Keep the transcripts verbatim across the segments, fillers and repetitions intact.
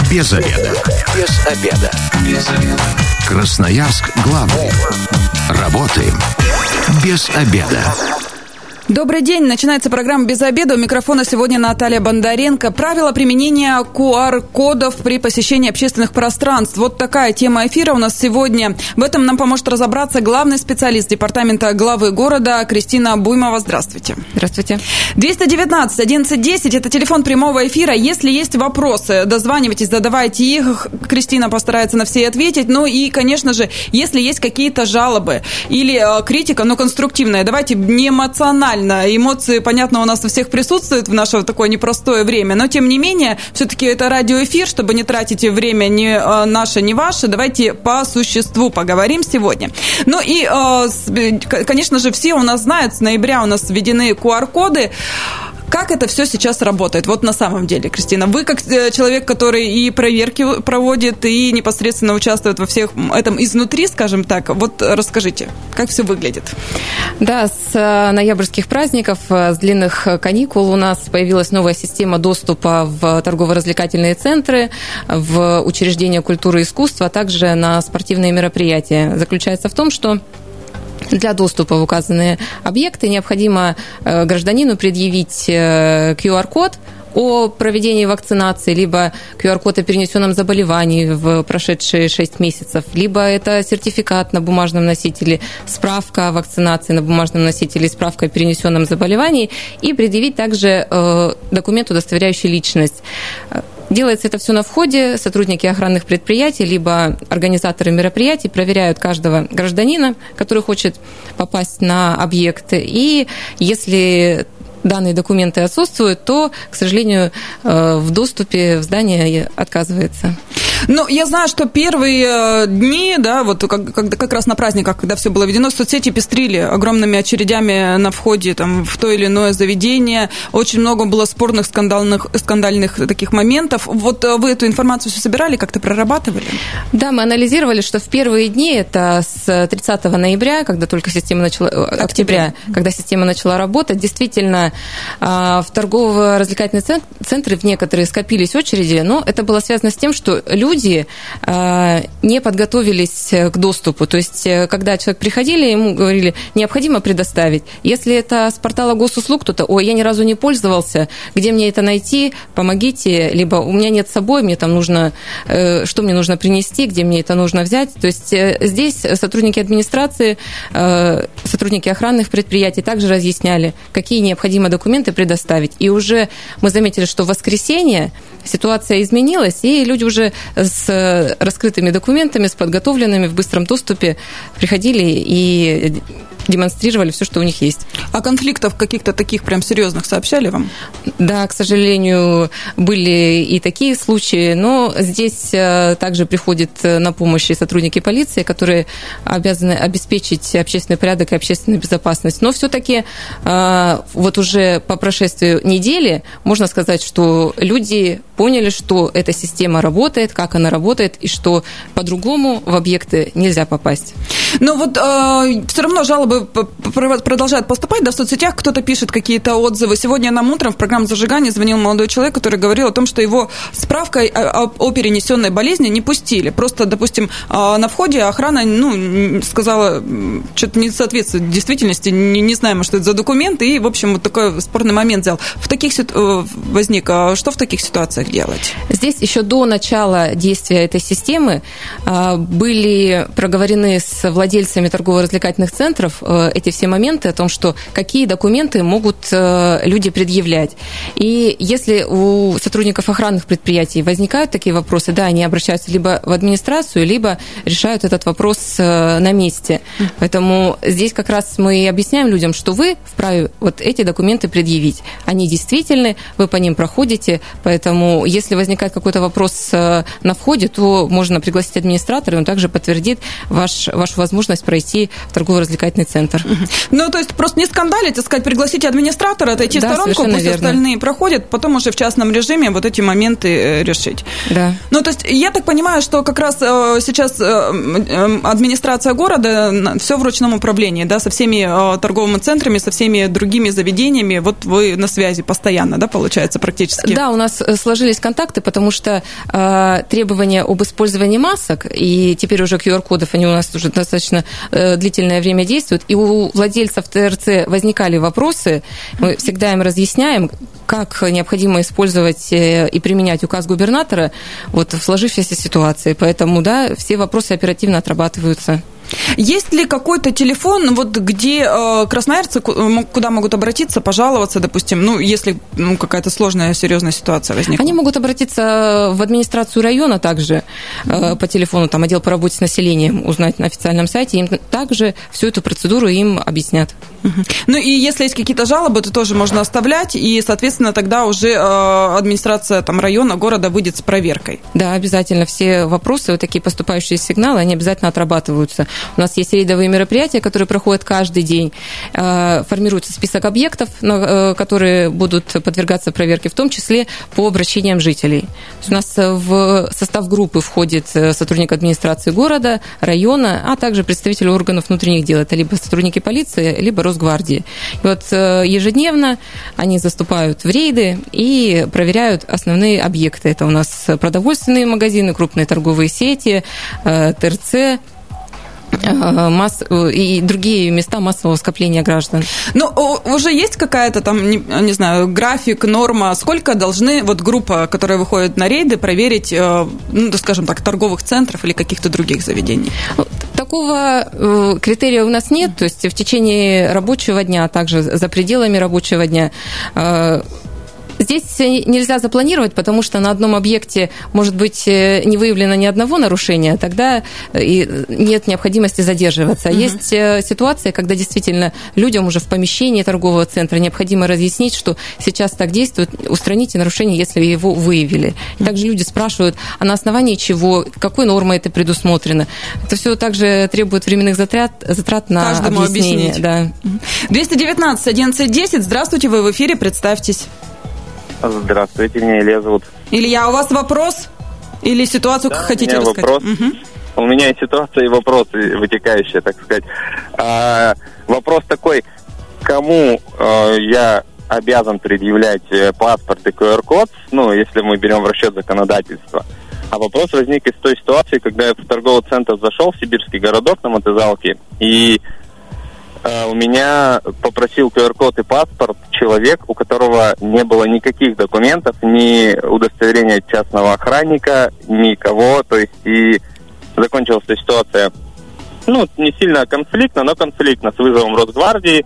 Без обеда. Без обеда. Без обеда. Красноярск главный. Работаем без обеда. Добрый день. Начинается программа «Без обеда». У микрофона сегодня Наталья Бондаренко. Правила применения ку ар-кодов при посещении общественных пространств. Вот такая тема эфира у нас сегодня. В этом нам поможет разобраться главный специалист департамента главы города Кристина Буймова. Здравствуйте. Здравствуйте. двести девятнадцать одиннадцать десять. Это телефон прямого эфира. Если есть вопросы, дозванивайтесь, задавайте их. Кристина постарается на все ответить. Ну и, конечно же, если есть какие-то жалобы или критика, но конструктивная, давайте не эмоционально. Эмоции, понятно, у нас у всех присутствуют в наше такое непростое время, но, тем не менее, все-таки это радиоэфир, чтобы не тратить время ни наше, ни ваше, давайте по существу поговорим сегодня. Ну и, конечно же, все у нас знают, с ноября у нас введены ку ар-коды. Как это все сейчас работает? Вот на самом деле, Кристина, вы как человек, который и проверки проводит, и непосредственно участвует во всех этом изнутри, скажем так, вот расскажите, как все выглядит? Да, с ноябрьских праздников, с длинных каникул у нас появилась новая система доступа в торгово-развлекательные центры, в учреждения культуры и искусства, а также на спортивные мероприятия. Заключается в том, что для доступа в указанные объекты необходимо гражданину предъявить ку ар-код о проведении вакцинации, либо ку ар-код о перенесенном заболевании в прошедшие шесть месяцев, либо это сертификат на бумажном носителе, справка о вакцинации на бумажном носителе, справка о перенесенном заболевании, и предъявить также документ, удостоверяющий личность. Делается это все на входе. Сотрудники охранных предприятий, либо организаторы мероприятий проверяют каждого гражданина, который хочет попасть на объект. И если данные документы отсутствуют, то, к сожалению, в доступе в здание отказывается. Ну, я знаю, что первые дни, да, вот как, как раз на праздниках, когда все было введено, соцсети пестрили огромными очередями на входе там, в то или иное заведение. Очень много было спорных, скандальных, скандальных таких моментов. Вот вы эту информацию все собирали, как-то прорабатывали? Да, мы анализировали, что в первые дни, это с тридцатого ноября, когда только система начала... Октября, октября когда система начала работать, действительно, в торгово-развлекательные центры в некоторые скопились очереди, но это было связано с тем, что люди люди не подготовились к доступу. То есть, когда человек приходили, ему говорили, необходимо предоставить. Если это с портала госуслуг, кто-то, ой, я ни разу не пользовался, где мне это найти, помогите, либо у меня нет с собой, мне там нужно, что мне нужно принести, где мне это нужно взять. То есть, здесь сотрудники администрации, сотрудники охранных предприятий также разъясняли, какие необходимо документы предоставить. И уже мы заметили, что в воскресенье ситуация изменилась, и люди уже с раскрытыми документами, с подготовленными в быстром доступе приходили и демонстрировали все, что у них есть. А конфликтов каких-то таких прям серьезных сообщали вам? Да, к сожалению, были и такие случаи, но здесь также приходят на помощь и сотрудники полиции, которые обязаны обеспечить общественный порядок и общественную безопасность. Но все-таки вот уже по прошествию недели можно сказать, что люди поняли, что эта система работает, как она работает, и что по-другому в объекты нельзя попасть. Но вот э, все равно жалобы продолжают поступать, да, в соцсетях кто-то пишет какие-то отзывы. Сегодня нам утром в программу «Зажигание» звонил молодой человек, который говорил о том, что его справкой о, о перенесенной болезни не пустили. Просто, допустим, на входе охрана, ну, сказала, что-то не соответствует действительности, не, не знаем, что это за документы, и, в общем, вот такой спорный момент взял. В таких возник, что в таких ситуациях делать? Здесь еще до начала действия этой системы были проговорены с владельцами торгово-развлекательных центров эти все моменты о том, что какие документы могут люди предъявлять. И если у сотрудников охранных предприятий возникают такие вопросы, да, они обращаются либо в администрацию, либо решают этот вопрос на месте. Поэтому здесь как раз мы и объясняем людям, что вы вправе вот эти документы предъявить. Они действительны, вы по ним проходите, поэтому если возникает какой-то вопрос на входе, то можно пригласить администратора, и он также подтвердит ваш, вашу возможность пройти в торгово-развлекательный центр. Ну, то есть просто не скандалить, а сказать, пригласите администратора, отойти да, в сторонку, пусть верно. Остальные проходят, потом уже в частном режиме вот эти моменты решить. Да. Ну, то есть я так понимаю, что как раз сейчас администрация города все в ручном управлении, да, со всеми торговыми центрами, со всеми другими заведениями, вот вы на связи постоянно, да, получается, практически? Да, у нас сложились контакты, потому что э, требования об использовании масок, и теперь уже ку ар кодов, они у нас уже достаточно э, длительное время действуют, и у владельцев ТРЦ возникали вопросы, мы всегда им разъясняем, как необходимо использовать и применять указ губернатора вот, в сложившейся ситуации. Поэтому, да, все вопросы оперативно отрабатываются. Есть ли какой-то телефон, вот, где э, красноярцы куда могут обратиться, пожаловаться, допустим, ну, если ну, какая-то сложная, серьезная ситуация возникла? Они могут обратиться в администрацию района также э, по телефону, там, отдел по работе с населением, узнать на официальном сайте, им также всю эту процедуру им объяснят. Ну, и если есть какие-то жалобы, то тоже можно оставлять, и, соответственно, тогда уже э, администрация там, района, города выйдет с проверкой. Да, обязательно. Все вопросы, вот такие поступающие сигналы, они обязательно отрабатываются. У нас есть рейдовые мероприятия, которые проходят каждый день. Формируется список объектов, которые будут подвергаться проверке, в том числе по обращениям жителей. У нас в состав группы входит сотрудник администрации города, района, а также представители органов внутренних дел. Это либо сотрудники полиции, либо Росгвардии. И вот ежедневно они заступают в рейды и проверяют основные объекты. Это у нас продовольственные магазины, крупные торговые сети, ТРЦ, масс... и другие места массового скопления граждан. Ну, уже есть какая-то там, не, не знаю, график, норма, сколько должны вот группа, которая выходит на рейды, проверить, ну, скажем так, торговых центров или каких-то других заведений? Такого критерия у нас нет, то есть в течение рабочего дня, а также за пределами рабочего дня. Здесь нельзя запланировать, потому что на одном объекте может быть не выявлено ни одного нарушения, тогда и нет необходимости задерживаться. Угу. Есть ситуация, когда действительно людям уже в помещении торгового центра необходимо разъяснить, что сейчас так действует, устраните нарушение, если его выявили. И также люди спрашивают, а на основании чего, какой нормой это предусмотрено. Это все также требует временных затрат, затрат на каждому объяснение. Да. двести девятнадцать одиннадцать десять, здравствуйте, вы в эфире, представьтесь. Здравствуйте, меня Илья зовут. Илья, у вас вопрос или ситуацию да, хотите у меня рассказать? Вопрос. Угу. У меня и ситуация, и вопросы вытекающие, так сказать. А, вопрос такой, кому а, я обязан предъявлять паспорт и ку ар код, ну, если мы берем в расчет законодательство. А вопрос возник из той ситуации, когда я в торговый центр зашел, в сибирский городок на мотозалке, и у меня попросил ку ар код и паспорт человек, у которого не было никаких документов, ни удостоверения частного охранника, никого. То есть и закончилась ситуация, ну, не сильно конфликтно, но конфликтно, с вызовом Росгвардии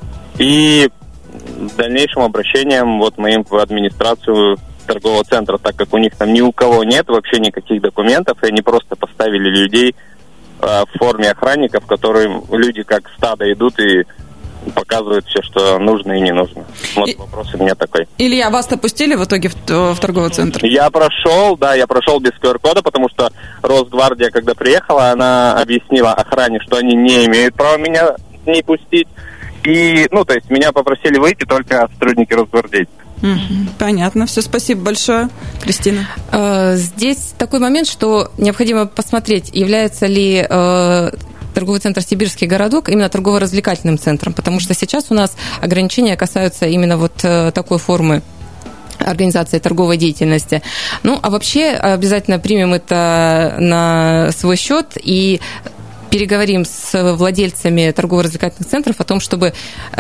и дальнейшим обращением вот моим в администрацию торгового центра, так как у них там ни у кого нет вообще никаких документов, и они просто поставили людей в форме охранников, которые люди как стадо идут и показывают все, что нужно и не нужно. Вот и... вопрос у меня такой. Илья, вас допустили в итоге в, в торговый центр? Я прошел, да, я прошел без ку ар кода, потому что Росгвардия, когда приехала, она объяснила охране, что они не имеют права меня не пустить. И, ну, то есть меня попросили выйти только сотрудники Росгвардии. Понятно, все, спасибо большое. Кристина. Здесь такой момент, что необходимо посмотреть, является ли торговый центр «Сибирский городок» именно торгово-развлекательным центром, потому что сейчас у нас ограничения касаются именно вот такой формы организации торговой деятельности. Ну, а вообще обязательно примем это на свой счет и переговорим с владельцами торгово-развлекательных центров о том, чтобы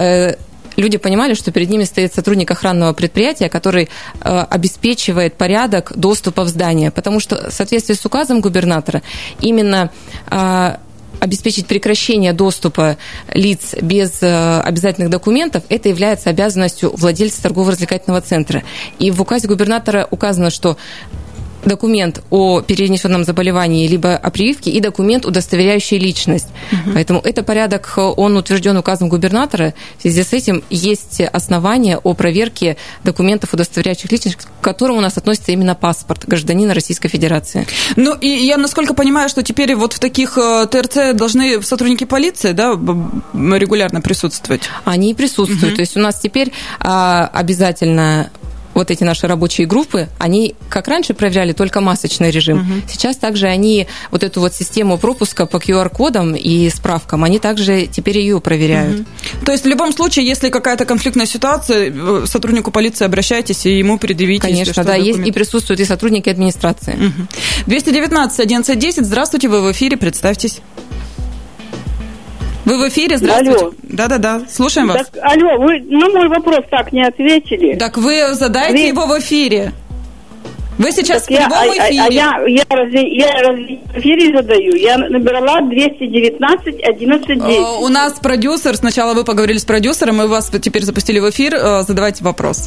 люди понимали, что перед ними стоит сотрудник охранного предприятия, который э, обеспечивает порядок доступа в здание. Потому что в соответствии с указом губернатора именно э, обеспечить прекращение доступа лиц без э, обязательных документов, это является обязанностью владельца торгово-развлекательного центра. И в указе губернатора указано, что документ о перенесенном заболевании, либо о прививке, и документ, удостоверяющий личность. Угу. Поэтому этот порядок, он утвержден указом губернатора. В связи с этим есть основания о проверке документов, удостоверяющих личность, к которым у нас относится именно паспорт гражданина Российской Федерации. Ну, и я, насколько понимаю, что теперь вот в таких ТРЦ должны сотрудники полиции, да, регулярно присутствовать? Они присутствуют. Угу. То есть у нас теперь а, обязательно... Вот эти наши рабочие группы, они, как раньше, проверяли только масочный режим. Угу. Сейчас также они вот эту вот систему пропуска по ку ар кодам и справкам, они также теперь ее проверяют. Угу. То есть в любом случае, если какая-то конфликтная ситуация, сотруднику полиции обращайтесь и ему предъявите. Конечно, да, есть и присутствуют и сотрудники администрации. Угу. двести девятнадцать одиннадцать десять, здравствуйте, вы в эфире, представьтесь. Вы в эфире, здравствуйте. Алло. Да-да-да, слушаем вас. Так, алло, вы на мой вопрос так не ответили. Так вы задайте вы... его в эфире. Вы сейчас так в прямом я, эфире. А, а я, я, разве, я разве в эфире задаю? Я набрала двести девятнадцать одиннадцать десять. У нас продюсер, сначала вы поговорили с продюсером, мы вас теперь запустили в эфир. Задавайте вопрос.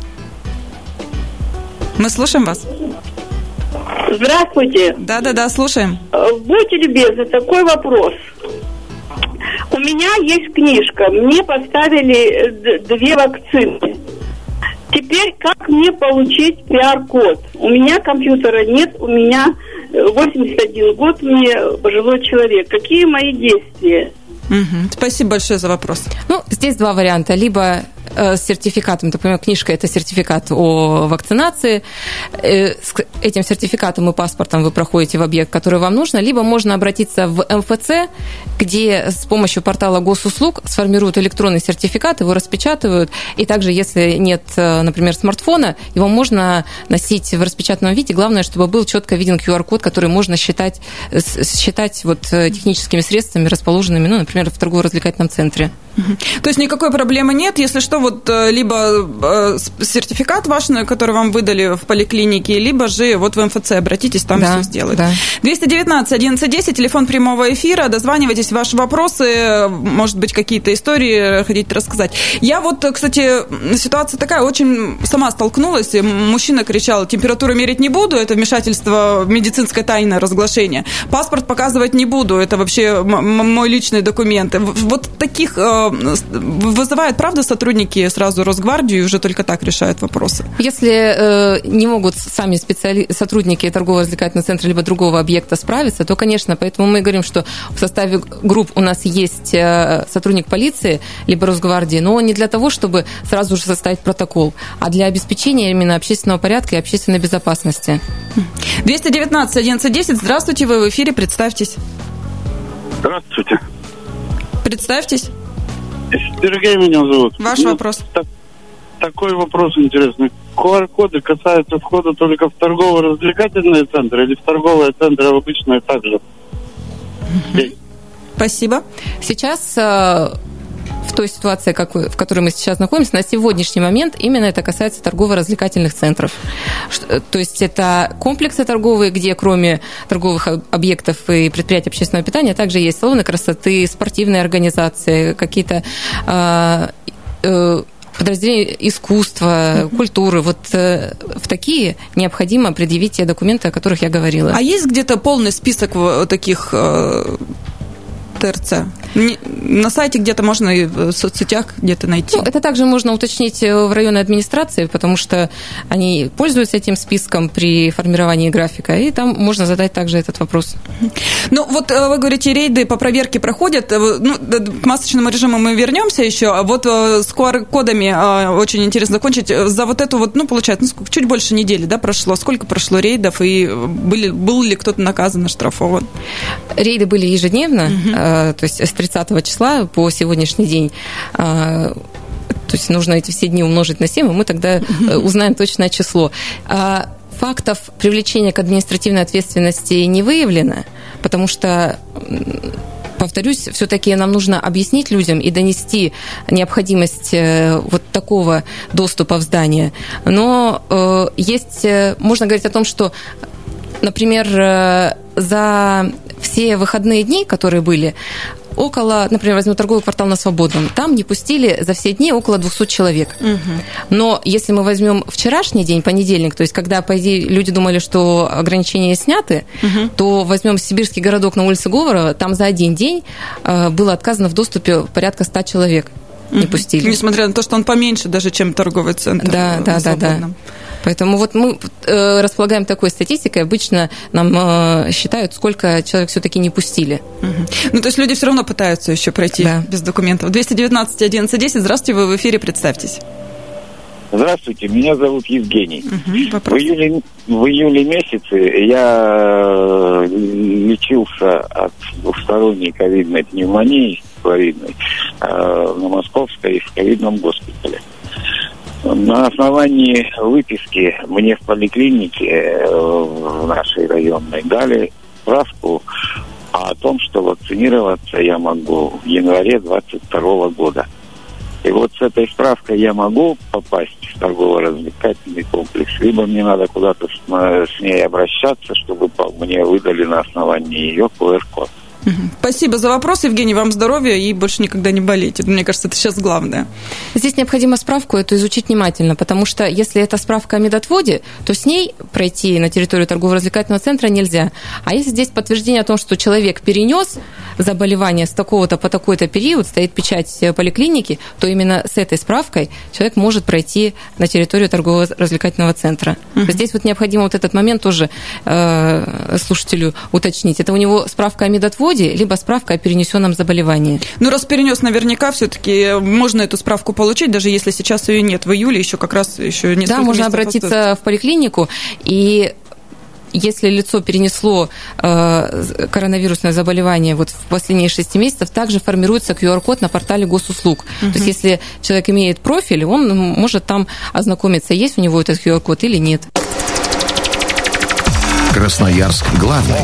Мы слушаем вас. Здравствуйте. Да-да-да, слушаем. Будьте любезны, такой вопрос. У меня есть книжка, мне поставили две вакцины. Теперь как мне получить пи ар-код? У меня компьютера нет, у меня восемьдесят один год, мне пожилой человек. Какие мои действия? Угу. Спасибо большое за вопрос. Ну, здесь два варианта. Либо с сертификатом, например, книжка – это сертификат о вакцинации. С этим сертификатом и паспортом вы проходите в объект, который вам нужно. Либо можно обратиться в эм эф цэ, где с помощью портала госуслуг сформируют электронный сертификат, его распечатывают. И также, если нет, например, смартфона, его можно носить в распечатанном виде. Главное, чтобы был четко виден ку ар код, который можно считать, считать вот техническими средствами, расположенными, ну, например, в торгово-развлекательном центре. То есть никакой проблемы нет, если что, вот либо сертификат ваш, который вам выдали в поликлинике, либо же вот в эм эф цэ обратитесь, там да, все сделают. Да. двести девятнадцать одиннадцать десять, телефон прямого эфира, дозванивайтесь, ваши вопросы, может быть, какие-то истории хотите рассказать. Я вот, кстати, ситуация такая, очень сама столкнулась, мужчина кричал, температуру мерить не буду, это вмешательство в медицинское тайное разглашение, паспорт показывать не буду, это вообще мой личный документ. Вот таких вызывают, правда, сотрудники сразу Росгвардию и уже только так решают вопросы? Если э, не могут сами специали... сотрудники торгово-развлекательного центра либо другого объекта справиться, то, конечно, поэтому мы говорим, что в составе групп у нас есть э, сотрудник полиции либо Росгвардии, но не для того, чтобы сразу же составить протокол, а для обеспечения именно общественного порядка и общественной безопасности. двести девятнадцать одиннадцать десять, здравствуйте, вы в эфире, представьтесь. Здравствуйте. Представьтесь. Сергей меня зовут. Ваш ну, вопрос. Так, такой вопрос интересный. ку ар-коды касаются входа только в торгово-развлекательные центры или в торговые центры обычные также? Mm-hmm. Спасибо. Сейчас в той ситуации, как, в которой мы сейчас находимся, на сегодняшний момент именно это касается торгово-развлекательных центров. То есть это комплексы торговые, где кроме торговых объектов и предприятий общественного питания также есть салоны красоты, спортивные организации, какие-то э, э, подразделения искусства, культуры. Вот э, в такие необходимо предъявить те документы, о которых я говорила. А есть где-то полный список таких э, ТРЦ? На сайте где-то можно, и в соцсетях где-то найти. Ну, это также можно уточнить в районной администрации, потому что они пользуются этим списком при формировании графика, и там можно задать также этот вопрос. Ну, вот вы говорите, рейды по проверке проходят. Ну, к масочному режиму мы вернемся еще. А вот с ку ар-кодами очень интересно закончить. За вот эту вот, ну, получается, ну, чуть больше недели, да, прошло. Сколько прошло рейдов, и были, был ли кто-то наказан, оштрафован? Рейды были ежедневно, угу. то есть с тридцатого числа по сегодняшний день. То есть нужно эти все дни умножить на семь, и мы тогда узнаем точное число. Фактов привлечения к административной ответственности не выявлено, потому что, повторюсь, все-таки нам нужно объяснить людям и донести необходимость вот такого доступа в здание. Но есть, можно говорить о том, что, например, за все выходные дни, которые были, около, например, возьму торговый квартал на Свободном, там не пустили за все дни около двухсот человек. Угу. Но если мы возьмем вчерашний день, понедельник, то есть когда, по идее, люди думали, что ограничения сняты, угу. то возьмем сибирский городок на улице Говорова, там за один день было отказано в доступе порядка ста человек. Не пустили. Несмотря на то, что он поменьше даже, чем торговый центр. Да, да, да, да. Поэтому вот мы э, располагаем такой статистикой. Обычно нам э, считают, сколько человек все-таки не пустили. Угу. Ну, то есть люди все равно пытаются еще пройти да. без документов. двести девятнадцать одиннадцать десять. Здравствуйте, вы в эфире, представьтесь. Здравствуйте, меня зовут Евгений. Угу, в, июле, в июле месяце я лечился от двухсторонней ковидной пневмонии, ковидной, на Московской в ковидном госпитале. На основании выписки мне в поликлинике в нашей районной дали справку о том, что вакцинироваться я могу в январе двадцать второго года. И вот с этой справкой я могу попасть в торгово-развлекательный комплекс, либо мне надо куда-то с, с ней обращаться, чтобы мне выдали на основании ее ку эр код. Спасибо за вопрос, Евгений, вам здоровья и больше никогда не болейте. Мне кажется, это сейчас главное. Здесь необходимо справку эту изучить внимательно, потому что если это справка о медотводе, то с ней пройти на территорию торгово-развлекательного центра нельзя. А если здесь подтверждение о том, что человек перенес заболевание с такого-то по такой-то период, стоит печать поликлиники, то именно с этой справкой человек может пройти на территорию торгово-развлекательного центра. Uh-huh. Здесь вот необходимо вот этот момент тоже э, слушателю уточнить. Это у него справка о медотводе, либо справка о перенесенном заболевании. Ну, раз перенес, наверняка все-таки можно эту справку получить, даже если сейчас ее нет. В июле еще как раз еще несколько Да, можно обратиться остается. в поликлинику, и если лицо перенесло э, коронавирусное заболевание вот в последние шесть месяцев, также формируется ку эр код на портале госуслуг. Uh-huh. То есть если человек имеет профиль, он может там ознакомиться, есть у него этот ку эр код или нет. Красноярск главный.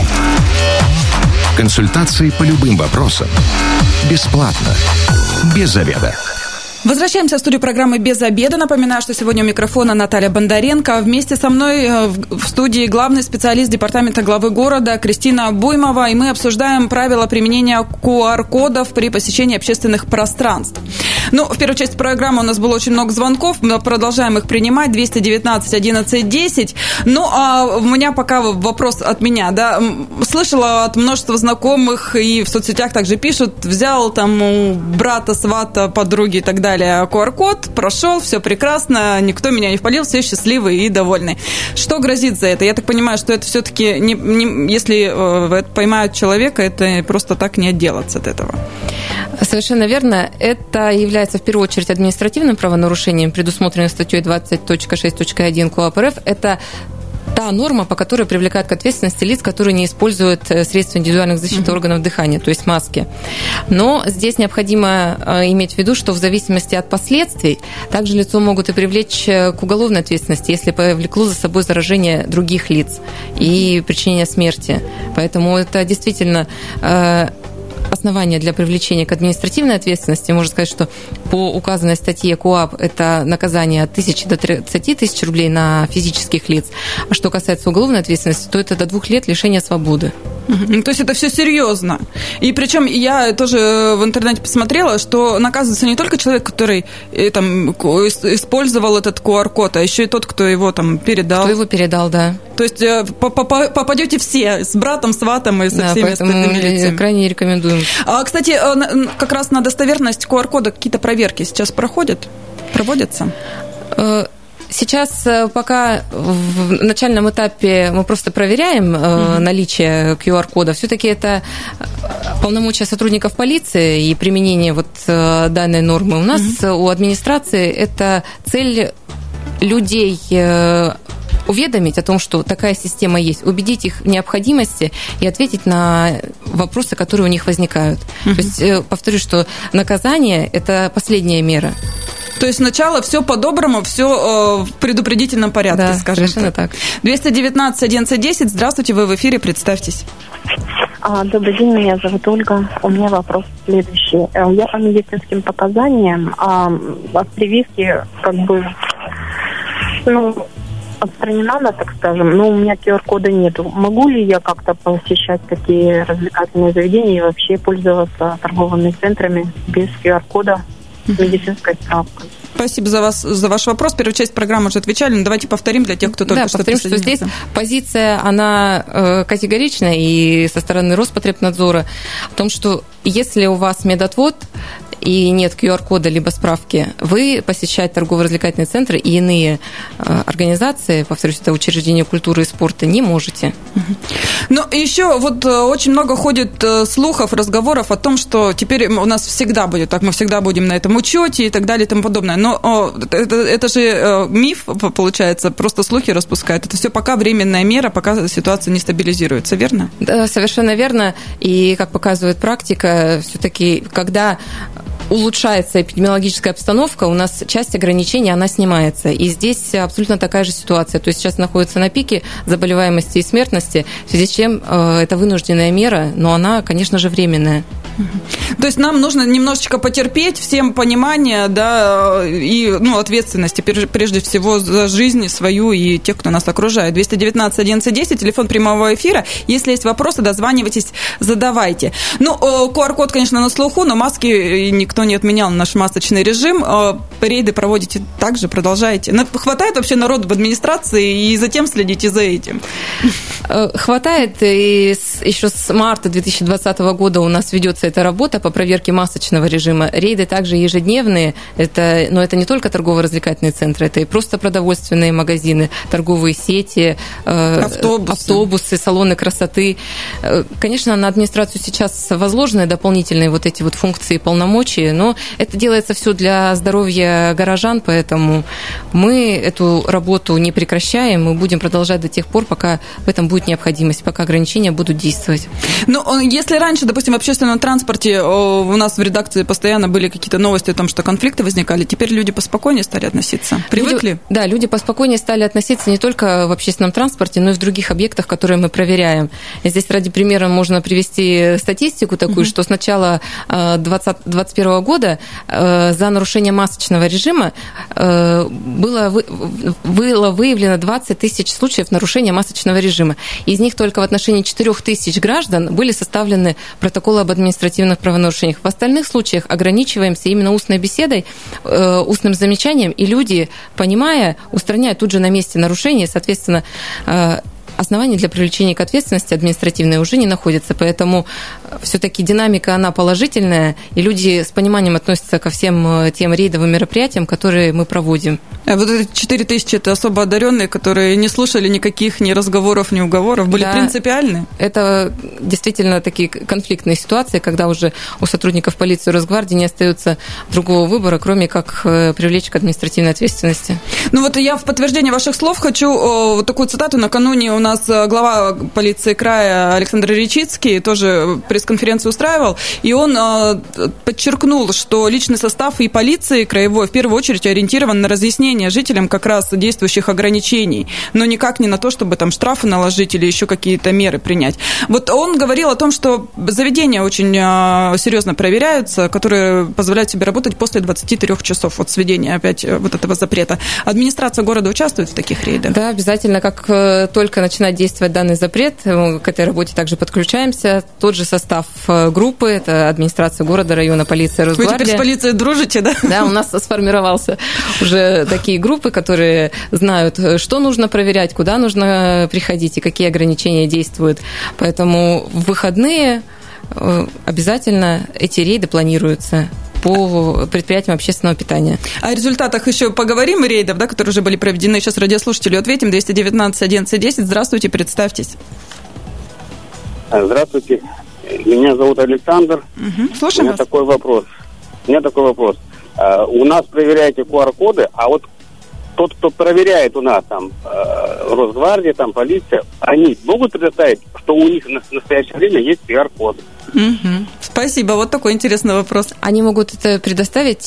Консультации по любым вопросам. Бесплатно. Без обеда. Возвращаемся в студию программы «Без обеда». Напоминаю, что сегодня у микрофона Наталья Бондаренко. Вместе со мной в студии главный специалист департамента главы города Кристина Буймова. И мы обсуждаем правила применения ку эр кодов при посещении общественных пространств. Ну, в первой части программы у нас было очень много звонков. Мы продолжаем их принимать. двести девятнадцать одиннадцать десять. Ну, а у меня пока вопрос от меня. Да? Слышала от множества знакомых и в соцсетях также пишут. Взял там у брата, свата, подруги и так далее ку эр код, прошел, все прекрасно, никто меня не впалил, все счастливы и довольны. Что грозит за это? Я так понимаю, что это все-таки, не, не, если э, поймают человека, это просто так не отделаться от этого. Совершенно верно. Это является в первую очередь административным правонарушением, предусмотренным статьей двадцать точка шесть точка один КоАП РФ. Это та норма, по которой привлекают к ответственности лиц, которые не используют средства индивидуальной защиты uh-huh. органов дыхания, то есть маски. Но здесь необходимо иметь в виду, что в зависимости от последствий также лицо могут и привлечь к уголовной ответственности, если повлекло за собой заражение других лиц и причинение смерти. Поэтому это действительно основания для привлечения к административной ответственности. Можно сказать, что по указанной статье КоАП это наказание от тысячи до тридцати тысяч рублей на физических лиц. А что касается уголовной ответственности, то это до двух лет лишения свободы. Угу. То есть это все серьезно. И причем я тоже в интернете посмотрела, что наказывается не только человек, который там, использовал этот ку эр код, а еще и тот, кто его там передал. Кто его передал, да. То есть попадете все с братом, сватом и со да, всеми остальными лицами. Крайне рекомендуем. А, кстати, как раз на достоверность ку эр кода какие-то проверки сейчас проходят? Проводятся? Сейчас пока в начальном этапе мы просто проверяем mm-hmm. наличие ку эр кода. Все-таки это полномочия сотрудников полиции и применение вот данной нормы. У нас mm-hmm. у администрации это цель людей уведомить о том, что такая система есть, убедить их в необходимости и ответить на вопросы, которые у них возникают. Mm-hmm. То есть, повторюсь, что наказание – это последняя мера. То есть сначала все по-доброму, все в предупредительном порядке, да, скажем совершенно так. двести девятнадцать одиннадцать десять. Здравствуйте, вы в эфире, представьтесь. А, добрый день, меня зовут Ольга. У меня вопрос следующий. Я по медицинским показаниям а, от прививки как бы, ну, отстранена она, так скажем, но у меня ку ар-кода нету. Могу ли я как-то посещать такие развлекательные заведения и вообще пользоваться торговыми центрами без ку ар-кода с медицинской справкой? Спасибо за, вас, за ваш вопрос. Первую часть программы уже отвечали, но давайте повторим для тех, кто только да, что повторим, что здесь позиция, она э, категоричная и со стороны Роспотребнадзора о том, что если у вас медотвод и нет ку ар-кода либо справки, вы посещать торгово-развлекательные центры и иные э, организации, повторюсь, это учреждения культуры и спорта, не можете. Ну, еще вот очень много ходит слухов, разговоров о том, что теперь у нас всегда будет так, мы всегда будем на этом учете и так далее и тому подобное. Но о, это, это же миф, получается, просто слухи распускают. Это все пока временная мера, пока ситуация не стабилизируется, верно? Да, совершенно верно. И, как показывает практика, все-таки, когда улучшается эпидемиологическая обстановка, у нас часть ограничений, она снимается. И здесь абсолютно такая же ситуация. То есть сейчас находится на пике заболеваемости и смертности, в связи с чем э, это вынужденная мера, но она, конечно же, временная. То есть нам нужно немножечко потерпеть, всем понимание, да, и ну, ответственности, прежде всего, за жизнь свою и тех, кто нас окружает. двести девятнадцать одиннадцать десять, телефон прямого эфира. Если есть вопросы, дозванивайтесь, задавайте. Ну, ку ар-код, конечно, на слуху, но маски никто не отменял, наш масочный режим. Рейды проводите также, продолжаете. Хватает вообще народу в администрации и затем следите за этим? Хватает. И еще с марта две тысячи двадцатого года у нас ведется эта работа по проверке масочного режима. Рейды также ежедневные. Это, но это не только торгово-развлекательные центры, это и просто продовольственные магазины, торговые сети, автобусы, автобусы салоны красоты. Конечно, на администрацию сейчас возложены дополнительные вот эти вот функции и полномочия, но это делается все для здоровья горожан, поэтому мы эту работу не прекращаем, мы будем продолжать до тех пор, пока в этом будет необходимость, пока ограничения будут действовать. Ну, если раньше, допустим, в общественном транспорте у нас в редакции постоянно были какие-то новости о том, что конфликты возникали, теперь люди поспокойнее стали относиться? Привыкли? Люди, да, люди поспокойнее стали относиться не только в общественном транспорте, но и в других объектах, которые мы проверяем. Здесь ради примера можно привести статистику такую, mm-hmm. что с начала двадцать первого года за нарушение масочного режима было, было выявлено двадцать тысяч случаев нарушения масочного режима. Из них только в отношении четырех тысяч граждан были составлены протоколы об административных правонарушениях. В остальных случаях ограничиваемся именно устной беседой, устным замечанием, и люди, понимая, устраняют тут же на месте нарушения, соответственно, оснований для привлечения к ответственности административной уже не находится, поэтому все-таки динамика, она положительная, и люди с пониманием относятся ко всем тем рейдовым мероприятиям, которые мы проводим. А вот эти четыре тысячи – это особо одаренные, которые не слушали никаких ни разговоров, ни уговоров, были да, принципиальны? Это действительно такие конфликтные ситуации, когда уже у сотрудников полиции и Росгвардии не остается другого выбора, кроме как привлечь к административной ответственности. Ну вот я в подтверждение ваших слов хочу вот такую цитату. Накануне у нас глава полиции края Александр Речицкий тоже пресс-конференцию устраивал, и он подчеркнул, что личный состав и полиции краевой в первую очередь ориентирован на разъяснение жителям как раз действующих ограничений, но никак не на то, чтобы там штрафы наложить или еще какие-то меры принять. Вот он говорил о том, что заведения очень серьезно проверяются, которые позволяют себе работать после двадцати трёх часов от сведения опять вот этого запрета. Администрация города участвует в таких рейдах? Да, обязательно. Как только начинает действовать данный запрет, к этой работе также подключаемся. Тот же состав группы, это администрация города, района, полиция, Росгвардия. Вы теперь с полицией дружите, да? Да, у нас сформировался уже такие группы, которые знают, что нужно проверять, куда нужно приходить и какие ограничения действуют. Поэтому в выходные обязательно эти рейды планируются по предприятиям общественного питания. О результатах еще поговорим, рейдов, да, которые уже были проведены. Сейчас радиослушателю ответим. двести девятнадцать одиннадцать десять. Здравствуйте, представьтесь. Здравствуйте. Меня зовут Александр. Угу. Слушаем У меня вас. такой вопрос. У меня такой вопрос. У нас проверяете ку ар-коды, а вот тот, кто проверяет у нас, там, Росгвардия, там, полиция, они могут предоставить, что у них в настоящее время есть ку ар-коды? Угу. Спасибо. Вот такой интересный вопрос. Они могут это предоставить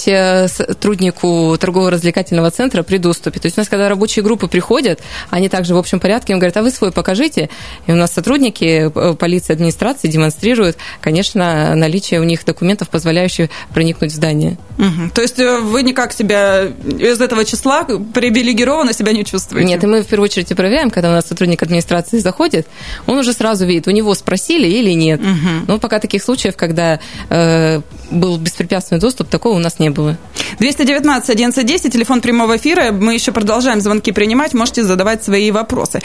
сотруднику торгово-развлекательного центра при доступе. То есть у нас, когда рабочие группы приходят, они также в общем порядке им говорят, а вы свой покажите. И у нас сотрудники полиции, администрации демонстрируют, конечно, наличие у них документов, позволяющих проникнуть в здание. Угу. То есть вы никак себя из этого числа привилегированно себя не чувствуете? Нет, и мы в первую очередь и проверяем, когда у нас сотрудник администрации заходит, он уже сразу видит, у него спросили или нет. Угу. Но пока таких случаев, когда э, был беспрепятственный доступ, такого у нас не было. двести девятнадцать одиннадцать десять, телефон прямого эфира. Мы еще продолжаем звонки принимать. Можете задавать свои вопросы.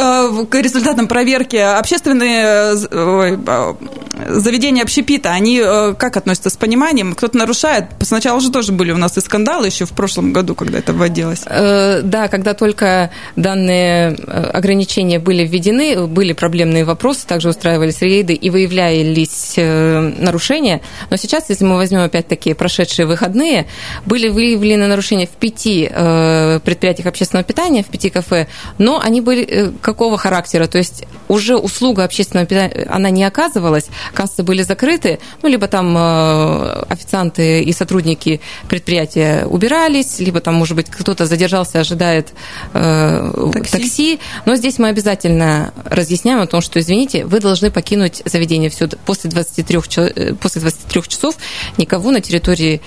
К результатам проверки общественные ой, заведения общепита, они как относятся с пониманием? Кто-то нарушает? Сначала же тоже были у нас и скандалы еще в прошлом году, когда это вводилось. Да, когда только данные ограничения были введены, были проблемные вопросы, также устраивались рейды и выявлялись нарушения. Но сейчас, если мы возьмем опять-таки прошедшие выходные, были выявлены нарушения в пяти предприятиях общественного питания, в пяти кафе, но они были какого характера? То есть уже услуга общественного питания, она не оказывалась, кассы были закрыты, ну, либо там официанты и сотрудники предприятия убирались, либо там, может быть, кто-то задержался, ожидает такси. такси. Но здесь мы обязательно разъясняем о том, что, извините, вы должны покинуть заведение. Все, после двадцати трёх, после двадцати трёх часов никого на территории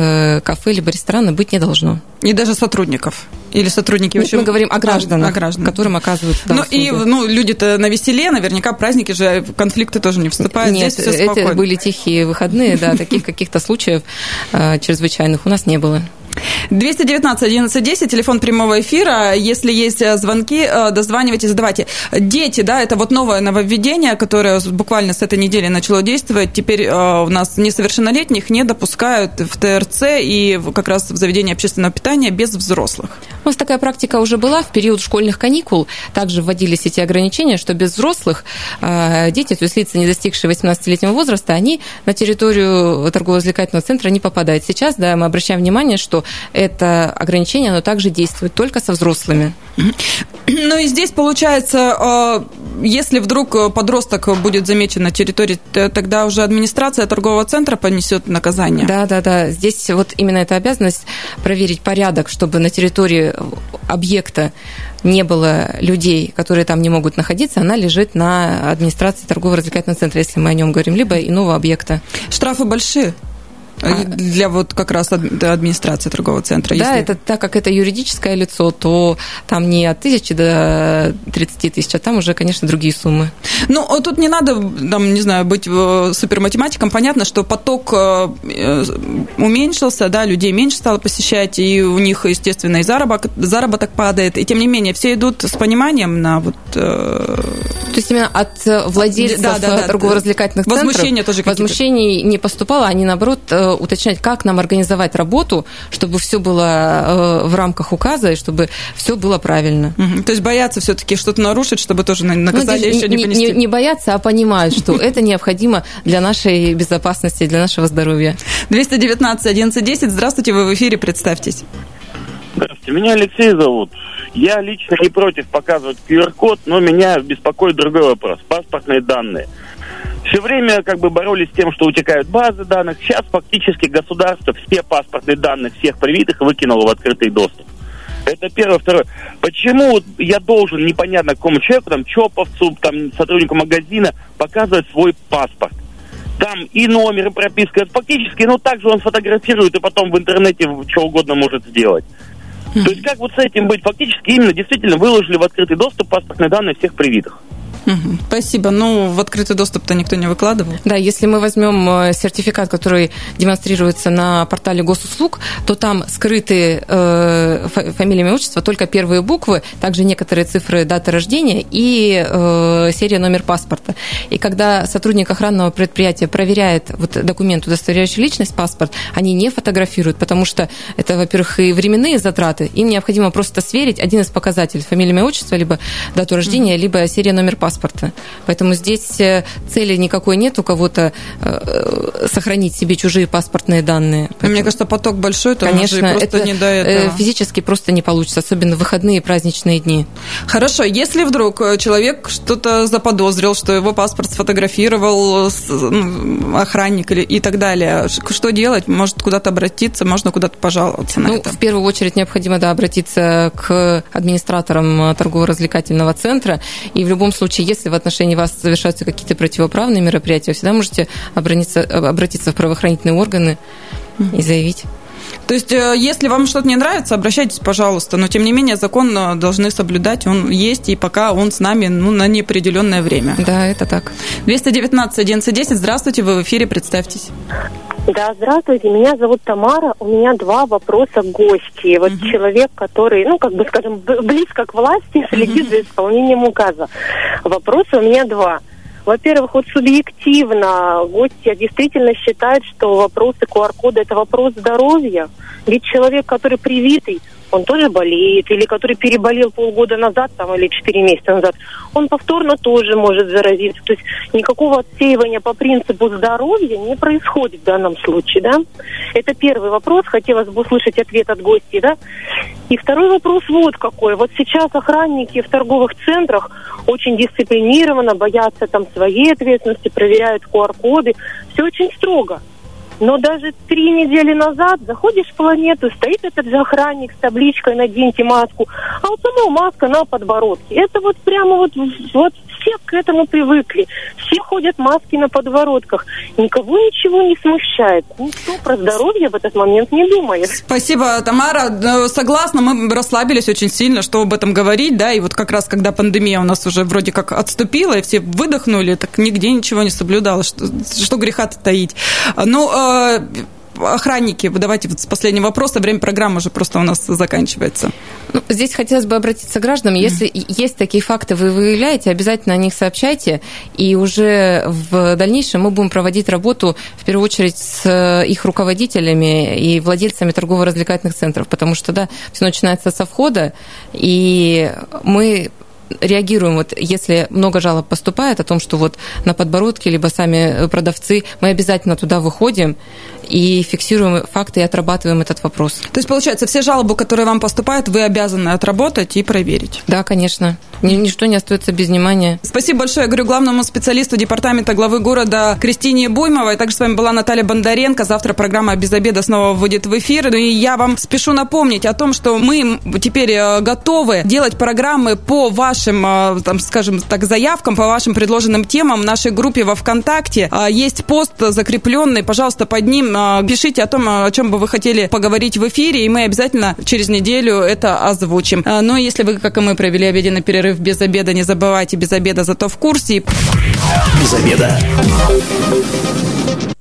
кафе либо ресторана быть не должно. И даже сотрудников? Или сотрудники вообще? Мы говорим о гражданах, о гражданах. Которым оказывают ну, и ну, люди-то на веселе, наверняка праздники же, конфликты тоже не вступают. Нет, здесь все это были тихие выходные, да, таких каких-то случаев чрезвычайных у нас не было. двести девятнадцать одиннадцать десять, телефон прямого эфира. Если есть звонки, дозванивайтесь, задавайте. Дети, да, это вот новое нововведение, которое буквально с этой недели начало действовать. Теперь у нас несовершеннолетних не допускают в ТРЦ и как раз в заведении общественного питания без взрослых. У нас такая практика уже была в период школьных каникул. Также вводились эти ограничения, что без взрослых дети, то есть лица, не достигшие восемнадцатилетнего возраста, они на территорию торгово-развлекательного центра не попадают. Сейчас, да, мы обращаем внимание, что это ограничение, оно также действует только со взрослыми. Ну и здесь, получается, если вдруг подросток будет замечен на территории, тогда уже администрация торгового центра понесет наказание. Да, да, да. Здесь вот именно эта обязанность проверить порядок, чтобы на территории объекта не было людей, которые там не могут находиться, она лежит на администрации торгово-развлекательного центра, если мы о нем говорим, либо иного объекта. Штрафы большие? Для вот как раз администрации торгового центра. Да, если... это так как это юридическое лицо, то там не от тысячи до тридцати тысяч, а там уже, конечно, другие суммы. Ну, тут не надо, там, не знаю, быть суперматематиком. Понятно, что поток уменьшился, да, людей меньше стало посещать, и у них, естественно, и заработок, заработок падает. И тем не менее, все идут с пониманием на вот... То есть именно от владельцев да, да, да, торгово-развлекательных центров возмущения тоже возмущений не поступало, они, наоборот, уточнять, как нам организовать работу, чтобы все было в рамках указа и чтобы все было правильно. Угу. То есть боятся все-таки что-то нарушить, чтобы тоже наказание ну, еще не, не понести? Не, не боятся, а понимают, что это необходимо для нашей безопасности, для нашего здоровья. двести девятнадцать одиннадцать десять, здравствуйте, вы в эфире, представьтесь. Здравствуйте, меня Алексей зовут. Я лично не против показывать ку эр код, но меня беспокоит другой вопрос. Паспортные данные. Все время как бы боролись с тем, что утекают базы данных. Сейчас фактически государство все паспортные данные всех привитых выкинуло в открытый доступ. Это первое. Второе. Почему я должен непонятно какому человеку, там, чоповцу, там, сотруднику магазина показывать свой паспорт? Там и номер, и прописка. Фактически, ну, так же он фотографирует и потом в интернете что угодно может сделать. Mm-hmm. То есть как вот с этим быть? Фактически именно действительно выложили в открытый доступ паспортные данные всех привитых. Угу, спасибо. Ну, в открытый доступ-то никто не выкладывал. Да, если мы возьмем сертификат, который демонстрируется на портале госуслуг, то там скрыты э, фамилия, имя, отчество, только первые буквы, также некоторые цифры даты рождения и э, серия, номер паспорта. И когда сотрудник охранного предприятия проверяет вот документ, удостоверяющий личность, паспорт, они не фотографируют, потому что это, во-первых, и временные затраты. Им необходимо просто сверить один из показателей: фамилия, имя, отчество, либо дату рождения, либо серия, номер паспорта. паспорта. Поэтому здесь цели никакой нет у кого-то э, сохранить себе чужие паспортные данные. Поэтому, мне кажется, поток большой, то конечно, просто это не до этого. Физически просто не получится, особенно в выходные и праздничные дни. Хорошо, если вдруг человек что-то заподозрил, что его паспорт сфотографировал охранник или, и так далее, что делать? Может куда-то обратиться, можно куда-то пожаловаться на ну, это? В первую очередь необходимо, да, обратиться к администраторам торгово-развлекательного центра, и в любом случае, если в отношении вас совершаются какие-то противоправные мероприятия, вы всегда можете обратиться, обратиться в правоохранительные органы и заявить. То есть, если вам что-то не нравится, обращайтесь, пожалуйста. Но, тем не менее, закон должны соблюдать. Он есть, и пока он с нами ну, на неопределенное время. Да, это так. двести девятнадцать одиннадцать десять. Здравствуйте, вы в эфире, представьтесь. Да, здравствуйте, меня зовут Тамара. У меня два вопроса к гости. Вот uh-huh. человек, который, ну, как бы, скажем, близко к власти, следит uh-huh. за исполнением указа. Вопросы у меня два. Во-первых, вот субъективно гости действительно считают, что вопросы ку ар кода – это вопрос здоровья. Ведь человек, который привитый, он тоже болеет, или который переболел полгода назад там, или четыре месяца назад, он повторно тоже может заразиться. То есть никакого отсеивания по принципу здоровья не происходит в данном случае, да? Это первый вопрос, хотелось бы услышать ответ от гостей, да? И второй вопрос вот какой. Вот сейчас охранники в торговых центрах очень дисциплинированно, боятся там своей ответственности, проверяют ку ар коды, все очень строго. Но даже три недели назад заходишь в Планету, стоит этот же охранник с табличкой «Наденьте маску», а вот сама маска на подбородке. Это вот прямо вот, вот все к этому привыкли. Все ходят маски на подбородках. Никого ничего не смущает. Никто про здоровье в этот момент не думает. Спасибо, Тамара. Согласна, мы расслабились очень сильно, что об этом говорить, да, и вот как раз, когда пандемия у нас уже вроде как отступила, и все выдохнули, так нигде ничего не соблюдалось. Что, что греха-то таить. Ну, охранники, давайте вот с последнего вопроса, время программы уже просто у нас заканчивается. Ну, здесь хотелось бы обратиться к гражданам. Если mm. есть такие факты, вы выявляете, обязательно о них сообщайте, и уже в дальнейшем мы будем проводить работу, в первую очередь, с их руководителями и владельцами торгово-развлекательных центров, потому что, да, все начинается со входа, и мы реагируем, вот если много жалоб поступает о том, что вот на подбородке, либо сами продавцы, мы обязательно туда выходим и фиксируем факты и отрабатываем этот вопрос. То есть, получается, все жалобы, которые вам поступают, вы обязаны отработать и проверить? Да, конечно. Ничто не остается без внимания. Спасибо большое, я говорю, главному специалисту департамента главы города Кристине Буймовой. Также с вами была Наталья Бондаренко. Завтра программа «Без обеда» снова выйдет в эфир. И я вам спешу напомнить о том, что мы теперь готовы делать программы по вашим, там, скажем так, заявкам, по вашим предложенным темам в нашей группе во ВКонтакте. Есть пост закрепленный, пожалуйста, под ним пишите о том, о чем бы вы хотели поговорить в эфире, и мы обязательно через неделю это озвучим. Ну, если вы, как и мы, провели обеденный перерыв без обеда, не забывайте, без обеда, зато в курсе. Без обеда.